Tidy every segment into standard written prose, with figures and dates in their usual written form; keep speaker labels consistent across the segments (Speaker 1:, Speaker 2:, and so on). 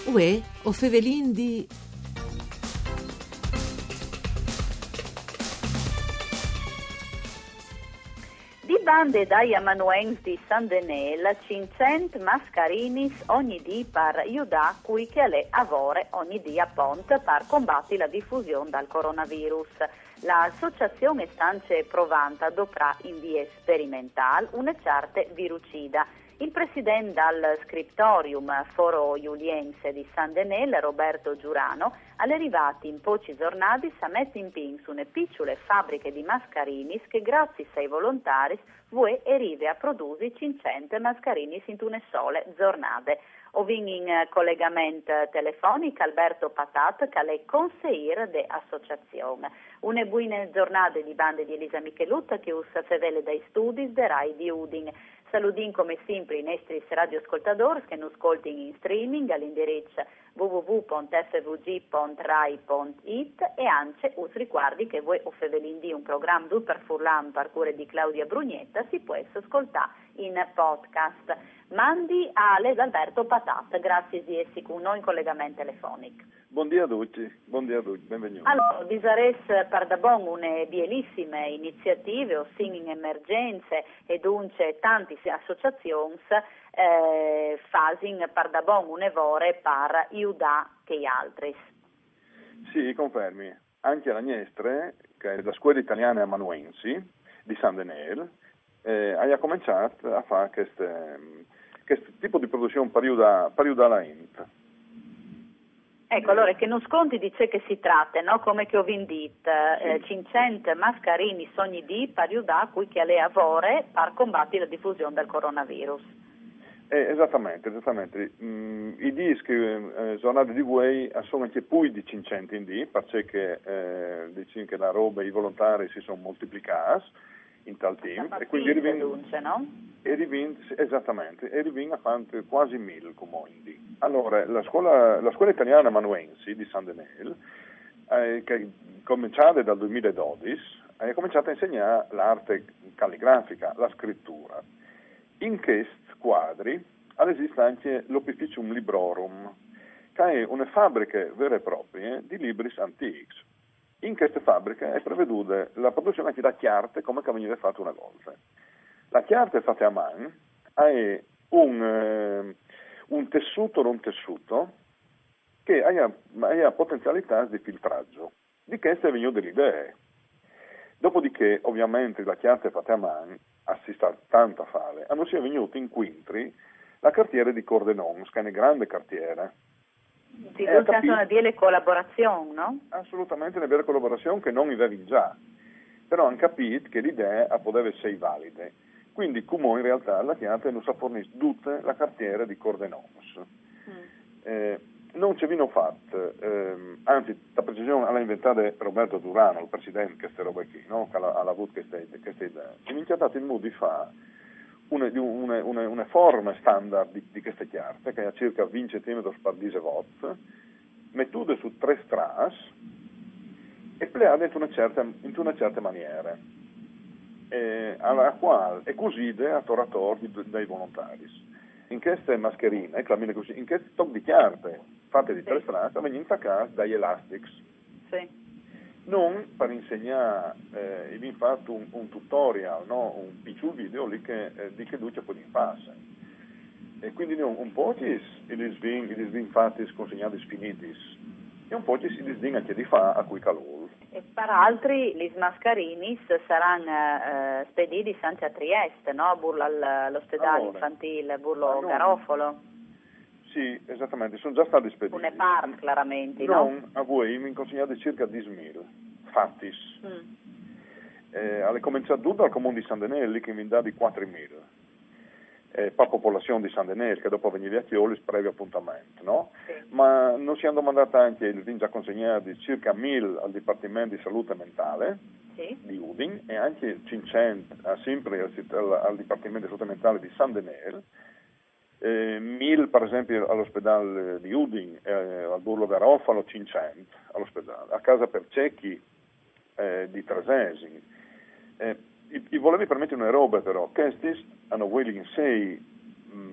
Speaker 1: Uè, o fevelin di...
Speaker 2: Di bande dai amanuensi di San Denel, 500 mascarinis ogni dì per aiutare cui che le avore ogni dì a Pont per combattere la diffusione del coronavirus. L'associazione Stance Provanta adoprà in via sperimentale una certa virucida. Il presidente del scriptorium Foro Iuliense di San Denel, Roberto Giurano, è arrivato in pochi giornati a mettere in piedi una piccole fabbriche di mascarini che grazie ai volontari vuoi arrivi a produrre 500 mascarini in una sola giornata. Ho in collegamento telefonico Alberto Patat, che è consigliere dell'associazione. Una buona giornata di bande di Elisa Michelutta che us fevele dai studi de Rai di Udin. Saludin come sempre i nostri radioascoltatori che nos ascoltano in streaming all'indirizzo www.fvg.rai.it e anche us ricordi che voi o fevelindì un programma du per Furlan per cura di Claudia Brugnetta si può ascoltare in podcast. Mandi a Alberto Patat, grazie di essere con noi in collegamento telefonico.
Speaker 3: Buongiorno a tutti, benvenuti.
Speaker 2: Allora, disares per da bon une bielissime iniziative, o in emergenze e dunque tante associazioni fasin per da bon un evore per aiutare che altri.
Speaker 3: Sì, confermi. Anche la Niestre, che è la scuola italiana amanuensi di San Denel, ha cominciato a fare questo tipo di produzione per aiutare la Int.
Speaker 2: Ecco, allora che non sconti di che si tratta, no? Come che ho vendito, 500 mascarini ogni dì per aiutare cui che le avore per combattere la diffusione del coronavirus.
Speaker 3: Esattamente. I dischi giornate di voi sono anche più di 500 in dì, perché diciamo che la roba, i volontari si sono moltiplicati in tal team e quindi esattamente, e rivinga a fare quasi 1000 comandi. Allora, la scuola italiana amanuensi di San Denel, che cominciata dal 2012, ha cominciato a insegnare l'arte calligrafica, la scrittura. In questi quadri esiste anche l'Opificium Librorum, che è una fabbrica vera e propria di libri antichi. In queste fabbriche è preveduta la produzione anche da chiarte come che veniva fatto una volta. La chiarte fatta a mano è un tessuto non tessuto che ha potenzialità di filtraggio. Di queste è venuto delle idee. Dopodiché, ovviamente, la chiarte fatta a mano si sta tanto a fare. Hanno si è venuto in quintri la cartiera di Cordenons, che è una grande cartiera.
Speaker 2: Sì, c'è una bella collaborazione, no?
Speaker 3: Assolutamente una bella collaborazione che non avevi già, però hanno capito che l'idea poteva essere valida. Quindi, come in realtà la chiave non si fornisce tutta la cartiera di Cordenons. Non ci vino fatto, anzi, la precisione l'ha inventata Roberto Durano, il presidente, queste robe qui, no? Che ha avuto queste idee. Ci ha dato il modo di fare una forma standard di queste chiarte, che ha circa 20 cm per 10 watt, mettute su 3 stras e pleate in una certa maniera, alla quale è cosida a torator dai volontari. In queste mascherine, in questi tocchi di chiarte fatte di 3 stras, vengono intaccate dagli elastics.
Speaker 2: Sì.
Speaker 3: Non per insegnare, vi fatto un tutorial, no? Un piccolo video lì che dice poi in fase. E quindi un po' ci sono fatti consegnati finiti e un po' ci si disdina anche di fare a cui calore.
Speaker 2: E per altri gli mascarini saranno spediti anche a Trieste, no? All'ospedale infantile Burlo Garofalo.
Speaker 3: Sì, esattamente, sono già stati spediti.
Speaker 2: Une part, chiaramente,
Speaker 3: non a voi, mi consegnate circa 10.000 fattis. Alle cominciato tutto al comune di San Denel, che mi dà di 4.000. Per popolazione di San Denel, che dopo veniva a Chioli, previo appuntamento, no?
Speaker 2: Sì.
Speaker 3: Ma non ci hanno mandato anche il già consegnati circa 1.000 al Dipartimento di Salute Mentale di Udin e anche 500 sempre al Dipartimento di Salute Mentale di San Denel. 1.000 per esempio all'ospedale di Udin, al Burlo Garofalo 500 all'ospedale, a casa per ciechi di Tresesi. I volevi permettere una roba però, questi hanno quelli in sé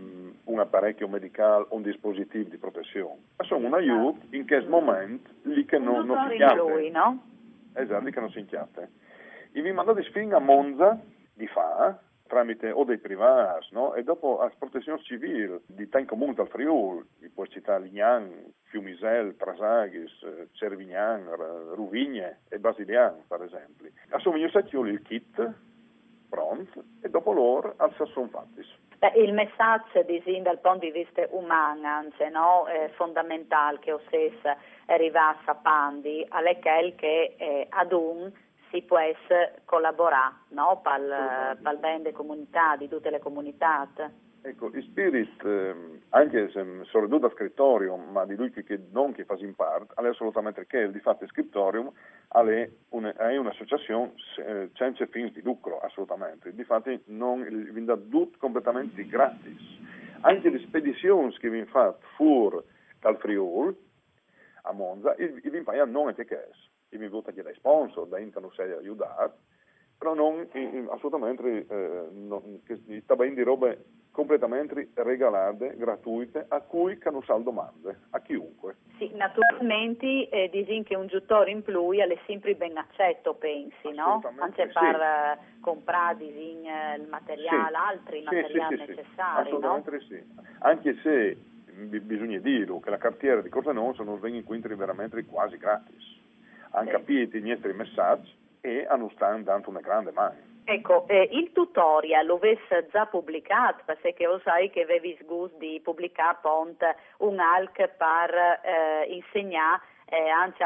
Speaker 3: un apparecchio medicale o un dispositivo di protezione, ma sono un aiuto in questo momento lì che non si inchiate.
Speaker 2: Lui, no?
Speaker 3: Esatto, lì che non si inchiate. E vi mandate sfinga a Monza di fa tramite o dei privati, no? E dopo a protezione civile di tanti comuni dal Friuli, poi città Lignan, Fiumisel, Trasaghis, Cervignan, Ruvigne e Basilian, per esempio. Assomiglio il kit pronto e dopo loro sono fatti.
Speaker 2: Il messaggio dal punto di vista umano anche, no? È fondamentale che Ossessa arriva a Pandi, alle che ad un si può collaborare, no? Per bene delle comunità, di tutte le comunità.
Speaker 3: Ecco, il Spirit, anche se sono da scrittorium, ma di lui che non che fa in parte, è assolutamente che di fatto il scrittorium è un'associazione senza fini di lucro, assolutamente. Di fatto non vi dà tutto completamente gratis. Anche le spedizioni che vi fate fuori dal Friuli a Monza, vi pagano non anche che e mi vota che dai sponsor, da Inter non sei aiutato, però non assolutamente che sta bene di robe completamente regalate, gratuite, a cui che non sa domande, a chiunque.
Speaker 2: Sì, naturalmente disin che un giuttore in più è sempre ben accetto, pensi, no? Anche per comprare il materiale,
Speaker 3: sì.
Speaker 2: altri materiali necessari,
Speaker 3: assolutamente
Speaker 2: no?
Speaker 3: Sì. Anche se bisogna dirlo che la cartiera di Cosa Nostra non vengono incontri veramente quasi gratis. Hanno capito i nostri messaggi e hanno stanno dando una grande mano.
Speaker 2: Ecco, il tutorial lo avesse già pubblicato, perché lo sai che avevi sgusto di pubblicare un ALC per insegnare anche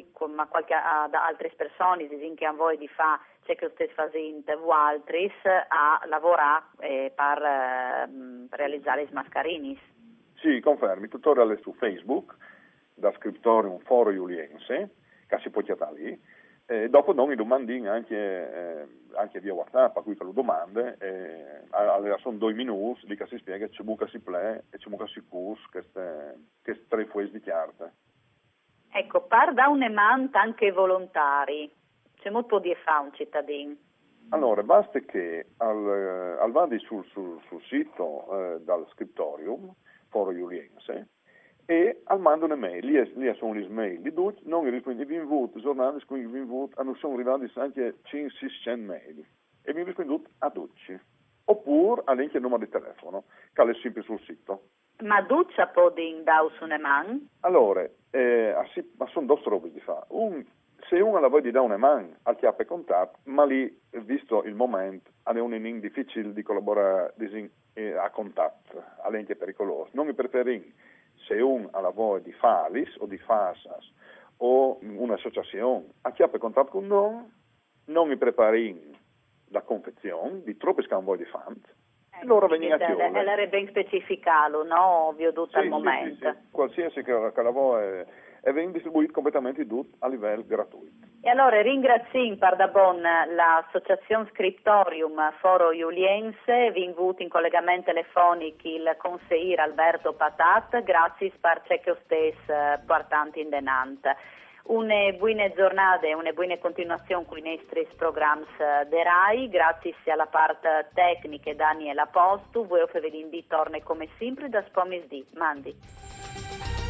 Speaker 2: ad altre persone, che hanno voglia di fare ciò che state facendo, o altri, a lavorare per realizzare i mascarini.
Speaker 3: Sì, confermi, il tutorial è su Facebook, da Scriptorium Foro Iuliense, che si può chiamare lì. Dopo non i domandini anche via WhatsApp, a cui che lo domande, sono 2 minuti, lì che si spiega, c'è buca si play e c'è buca si cus, che tre fuesi di chiarte.
Speaker 2: Ecco, par da un emant anche volontari, c'è molto di fare un cittadino.
Speaker 3: Allora, basta che al vadi sul sito dal Scriptorium, Foro Iuliense, e al mando un'email, lì sono le email di tutti, non rispondi, vi invito, giornali, quindi vi invito, sono arrivati anche 500-600 mail, e vi rispondo a tutti, oppure anche il numero di telefono, che è sempre sul sito.
Speaker 2: Ma duccia può dire da su una man?
Speaker 3: Allora, ma sono 2 robe di fare. Se uno la vuole di da una man, al chiappe contatto, ma lì, visto il momento, è un inning difficile di collaborare a contatto, è pericoloso. Non mi preferisco. Se uno ha la voglia di Falis o di Fasas o un'associazione, a chi ha per contatto con noi, non mi prepari la confezione di troppi scamboi di fant, e loro vengono a chiudere.
Speaker 2: E l'era ben specificato, no? Ovvio, tutto al momento.
Speaker 3: Sì. Qualsiasi che la voglia e viene distribuito completamente tutto a livello gratuito.
Speaker 2: E allora ringrazio per da bon l'associazione Scriptorium Foro Iuliense, vi invito in collegamento telefonico il consigliere Alberto Patat, grazie per ciò che stesso portante in denant. Una buona giornata e una buona continuazione con i nostri programmi de RAI, grazie alla parte tecnica Daniela Postu, voi Fevelin di torna come sempre da Spomisdi. Mandi.